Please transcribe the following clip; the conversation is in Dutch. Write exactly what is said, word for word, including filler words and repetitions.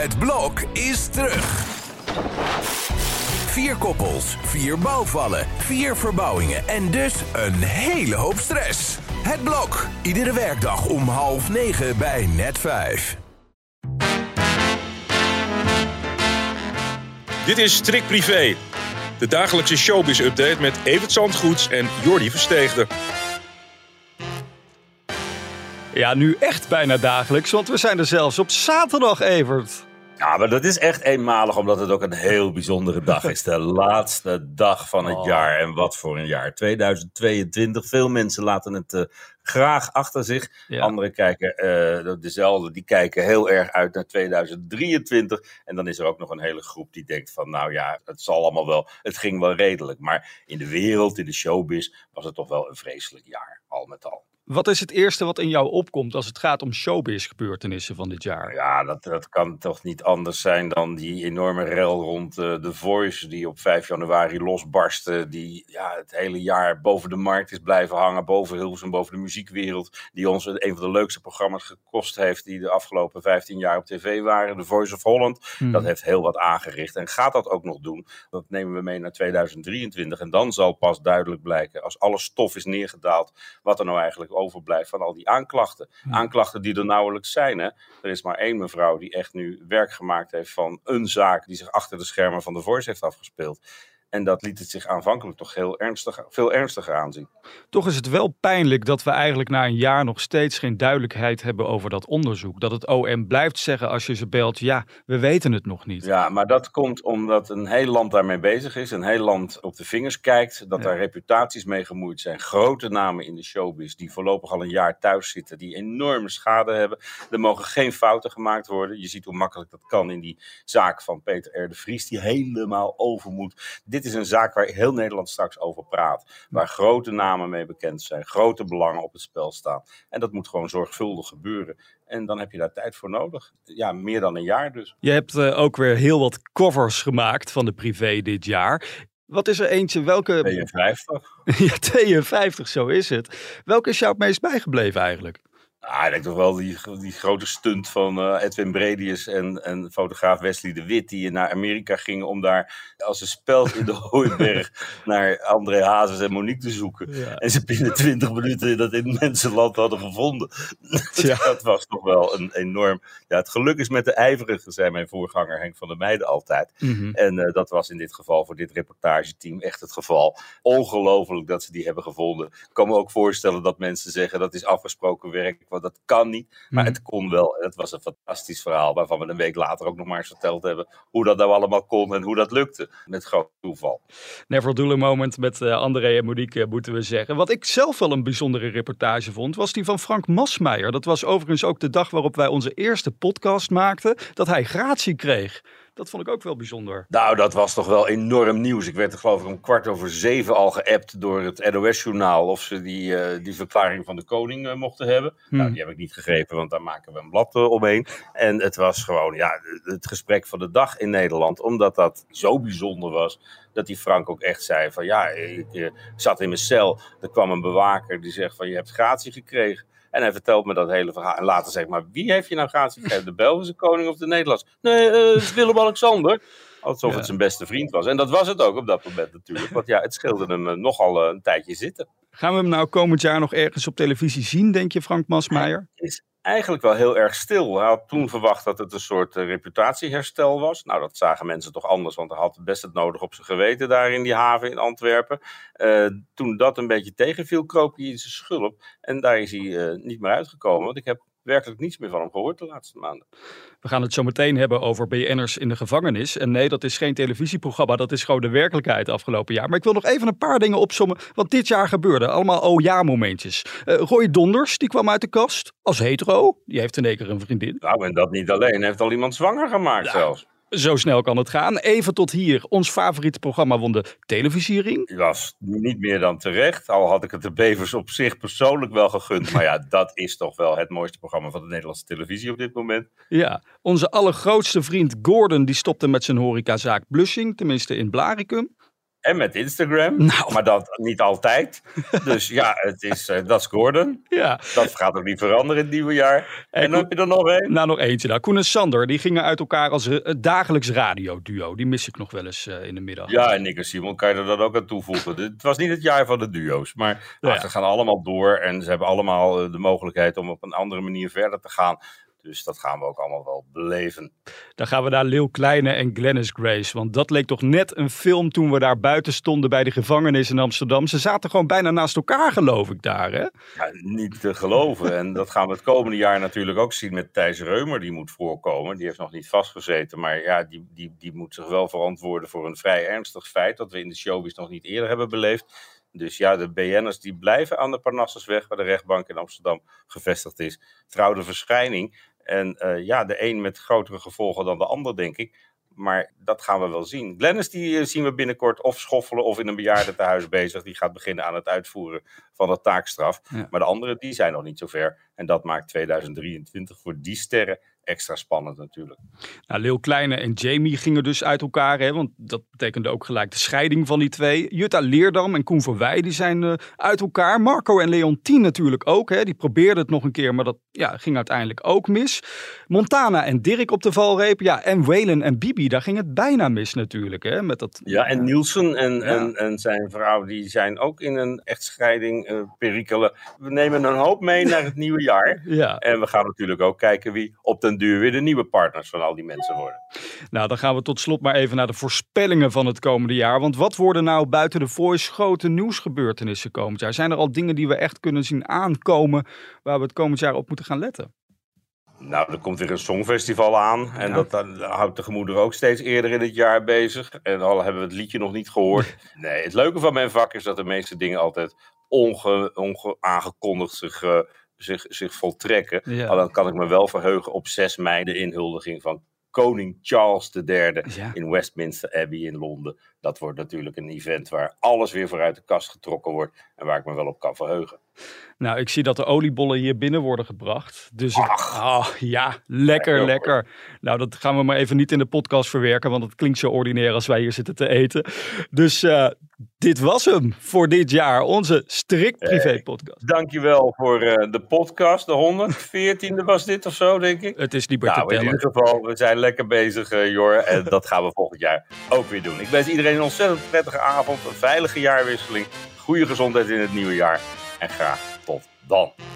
Het blok is terug. Vier koppels, vier bouwvallen, vier verbouwingen en dus een hele hoop stress. Het blok, iedere werkdag om half negen bij Net vijf. Dit is Trick Privé, de dagelijkse showbiz-update met Evert Zandgoeds en Jordi Versteegde. Ja, nu echt bijna dagelijks, want we zijn er zelfs op zaterdag, Evert. Ja, maar dat is echt eenmalig, omdat het ook een heel bijzondere dag is. De laatste dag van het oh. jaar. En wat voor een jaar. tweeduizend tweeëntwintig. Veel mensen laten het uh, graag achter zich. Ja. Anderen kijken, uh, dezelfde, die kijken heel erg uit naar tweeduizend drieëntwintig. En dan is er ook nog een hele groep die denkt van, nou ja, het zal allemaal wel, het ging wel redelijk. Maar in de wereld, in de showbiz, was het toch wel een vreselijk jaar, al met al. Wat is het eerste wat in jou opkomt als het gaat om showbiz-gebeurtenissen van dit jaar? Ja, dat, dat kan toch niet anders zijn dan die enorme rel rond uh, The Voice, die op vijf januari losbarstte, die ja, het hele jaar boven de markt is blijven hangen, boven Hilversum, boven de muziekwereld, die ons een van de leukste programma's gekost heeft die de afgelopen vijftien jaar op tv waren, The Voice of Holland. Hmm. Dat heeft heel wat aangericht en gaat dat ook nog doen. Dat nemen we mee naar tweeduizend drieëntwintig en dan zal pas duidelijk blijken, als alle stof is neergedaald, wat er nou eigenlijk overblijft van al die aanklachten. Ja. Aanklachten die er nauwelijks zijn. Hè? Er is maar één mevrouw die echt nu werk gemaakt heeft van een zaak die zich achter de schermen van The Voice heeft afgespeeld. En dat liet het zich aanvankelijk toch heel ernstig, veel ernstiger aanzien. Toch is het wel pijnlijk dat we eigenlijk na een jaar nog steeds geen duidelijkheid hebben over dat onderzoek. Dat het O M blijft zeggen als je ze belt, ja, we weten het nog niet. Ja, maar dat komt omdat een heel land daarmee bezig is. Een heel land op de vingers kijkt. Dat ja. daar reputaties mee gemoeid zijn. Grote namen in de showbiz die voorlopig al een jaar thuis zitten. Die enorme schade hebben. Er mogen geen fouten gemaakt worden. Je ziet hoe makkelijk dat kan in die zaak van Peter R. de Vries. Die helemaal over moet. Dit Dit is een zaak waar heel Nederland straks over praat. Waar grote namen mee bekend zijn. Grote belangen op het spel staan. En dat moet gewoon zorgvuldig gebeuren. En dan heb je daar tijd voor nodig. Ja, meer dan een jaar dus. Je hebt uh, ook weer heel wat covers gemaakt van de Privé dit jaar. Wat is er eentje? Welke... tweeënvijftig. Ja, tweeënvijftig, zo is het. Welke is jou het meest bijgebleven eigenlijk? Ah, ik denk toch wel die, die grote stunt van uh, Edwin Bredius en, en fotograaf Wesley de Wit die naar Amerika gingen om daar als een speld in de Hooiberg naar André Hazes en Monique te zoeken. Ja. En ze binnen twintig minuten dat in mensenland hadden gevonden. Ja. Dat was toch wel een enorm... Ja, het geluk is met de ijverigen, zei mijn voorganger Henk van der Meijden altijd. Mm-hmm. En uh, dat was in dit geval voor dit reportageteam echt het geval. Ongelooflijk dat ze die hebben gevonden. Ik kan me ook voorstellen dat mensen zeggen dat is afgesproken werk. Want dat kan niet, maar het kon wel. En het was een fantastisch verhaal, waarvan we een week later ook nog maar eens verteld hebben hoe dat nou allemaal kon en hoe dat lukte. Met groot toeval. Never dull a moment met uh, André en Monique, uh, moeten we zeggen. Wat ik zelf wel een bijzondere reportage vond, was die van Frank Masmeijer. Dat was overigens ook de dag waarop wij onze eerste podcast maakten, dat hij gratie kreeg. Dat vond ik ook wel bijzonder. Nou, dat was toch wel enorm nieuws. Ik werd er geloof ik om kwart over zeven al geappt door het N O S-journaal of ze die, uh, die verklaring van de koning uh, mochten hebben. Hmm. Nou, die heb ik niet gegrepen, want daar maken we een blad uh, omheen. En het was gewoon ja, het gesprek van de dag in Nederland, omdat dat zo bijzonder was. Dat die Frank ook echt zei van ja, ik uh, zat in mijn cel. Er kwam een bewaker die zegt van je hebt gratie gekregen. En hij vertelt me dat hele verhaal. En later zeg ik, maar wie heeft je nou gratie gegeven? De Belgische koning of de Nederlandse? Nee, uh, Willem-Alexander. Alsof ja. het zijn beste vriend was. En dat was het ook op dat moment natuurlijk. Want ja, het scheelde hem uh, nogal uh, een tijdje zitten. Gaan we hem nou komend jaar nog ergens op televisie zien, denk je, Frank Masmeijer? Hij is eigenlijk wel heel erg stil. Hij had toen verwacht dat het een soort uh, reputatieherstel was. Nou, dat zagen mensen toch anders, want hij had best het nodig op zijn geweten daar in die haven in Antwerpen. Uh, toen dat een beetje tegenviel, kroop hij in zijn schulp. En daar is hij uh, niet meer uitgekomen, want ik heb werkelijk niets meer van hem gehoord de laatste maanden. We gaan het zo meteen hebben over B N'ers in de gevangenis. En nee, dat is geen televisieprogramma, dat is gewoon de werkelijkheid afgelopen jaar. Maar ik wil nog even een paar dingen opsommen wat dit jaar gebeurde. Allemaal oh ja momentjes. Uh, Roy Donders, die kwam uit de kast als hetero. Die heeft in één keer een vriendin. Nou, en dat niet alleen. Hij heeft al iemand zwanger gemaakt ja. zelfs. Zo snel kan het gaan. Even tot hier. Ons favoriete programma won de televisiering. Dat was niet meer dan terecht. Al had ik het de Bevers op zich persoonlijk wel gegund. Maar ja, dat is toch wel het mooiste programma van de Nederlandse televisie op dit moment. Ja, onze allergrootste vriend Gordon die stopte met zijn horecazaak Blushing. Tenminste in Blaricum. En met Instagram, Nou. maar dat niet altijd. Dus ja, het is, uh, dat is Gordon. Ja. Dat gaat ook niet veranderen in het nieuwe jaar. En, en dan heb je er nog één. Nou, nog eentje. Nou, Koen en Sander, die gingen uit elkaar als uh, dagelijks radioduo. Die mis ik nog wel eens uh, in de middag. Ja, en Nick en Simon kan je er dan ook aan toevoegen. Het was niet het jaar van de duo's, maar Ja. ach, ze gaan allemaal door. En ze hebben allemaal uh, de mogelijkheid om op een andere manier verder te gaan. Dus dat gaan we ook allemaal wel beleven. Dan gaan we naar Leeuw Kleine en Glennis Grace. Want dat leek toch net een film toen we daar buiten stonden bij de gevangenis in Amsterdam. Ze zaten gewoon bijna naast elkaar, geloof ik, daar, hè? Ja, niet te geloven. En dat gaan we het komende jaar natuurlijk ook zien met Thijs Reumer. Die moet voorkomen. Die heeft nog niet vastgezeten. Maar ja, die, die, die moet zich wel verantwoorden voor een vrij ernstig feit. Dat we in de showbiz nog niet eerder hebben beleefd. Dus ja, de B N'ers die blijven aan de Parnassusweg, waar de rechtbank in Amsterdam gevestigd is. Trouw de verschijning. En uh, ja, de een met grotere gevolgen dan de ander, denk ik. Maar dat gaan we wel zien. Glennis die uh, zien we binnenkort of schoffelen of in een bejaardentehuis bezig. Die gaat beginnen aan het uitvoeren van de taakstraf. Ja. Maar de anderen die zijn nog niet zo ver. En dat maakt tweeduizend drieëntwintig voor die sterren extra spannend natuurlijk. Nou, Leeuw Kleine en Jamie gingen dus uit elkaar, hè, want dat betekende ook gelijk de scheiding van die twee. Jutta Leerdam en Koen Verwij, die zijn uh, uit elkaar. Marco en Leontien natuurlijk ook, hè. Die probeerden het nog een keer, maar dat ja, ging uiteindelijk ook mis. Montana en Dirk op de valreep, ja, en Waylon en Bibi, daar ging het bijna mis natuurlijk, hè, met dat... Ja, en Nielsen en, Ja. en, en zijn vrouw, die zijn ook in een echtscheiding uh, perikelen. We nemen een hoop mee naar het nieuwe jaar. Ja. En we gaan natuurlijk ook kijken wie op den duur weer de nieuwe partners van al die mensen worden. Nou, dan gaan we tot slot maar even naar de voorspellingen van het komende jaar. Want wat worden nou buiten de Voice grote nieuwsgebeurtenissen komend jaar? Zijn er al dingen die we echt kunnen zien aankomen waar we het komend jaar op moeten gaan letten? Nou, er komt weer een songfestival aan. En Ja. dat, dat houdt de gemoederen ook steeds eerder in het jaar bezig. En al hebben we het liedje nog niet gehoord. Nee, het leuke van mijn vak is dat de meeste dingen altijd onge, ongeaangekondigd zich, uh, zich, zich voltrekken. Ja. Al dan kan ik me wel verheugen op zes mei de inhuldiging van koning Charles de derde Ja. in Westminster Abbey in Londen. Dat wordt natuurlijk een event waar alles weer vooruit de kast getrokken wordt. En waar ik me wel op kan verheugen. Nou, ik zie dat de oliebollen hier binnen worden gebracht. Dus ik, oh, ja, lekker, Lekker, lekker. Nou, dat gaan we maar even niet in de podcast verwerken, want het klinkt zo ordinair als wij hier zitten te eten. Dus uh, dit was hem voor dit jaar, onze strikt privé podcast. Dankjewel voor uh, de podcast, de honderdveertiende was dit of zo, denk ik. Het is niet meer Nou, te in tellen. ieder geval, we zijn lekker bezig, uh, Jor. En dat gaan we volgend jaar ook weer doen. Ik wens iedereen een ontzettend prettige avond, een veilige jaarwisseling, goede gezondheid in het nieuwe jaar. En graag tot dan.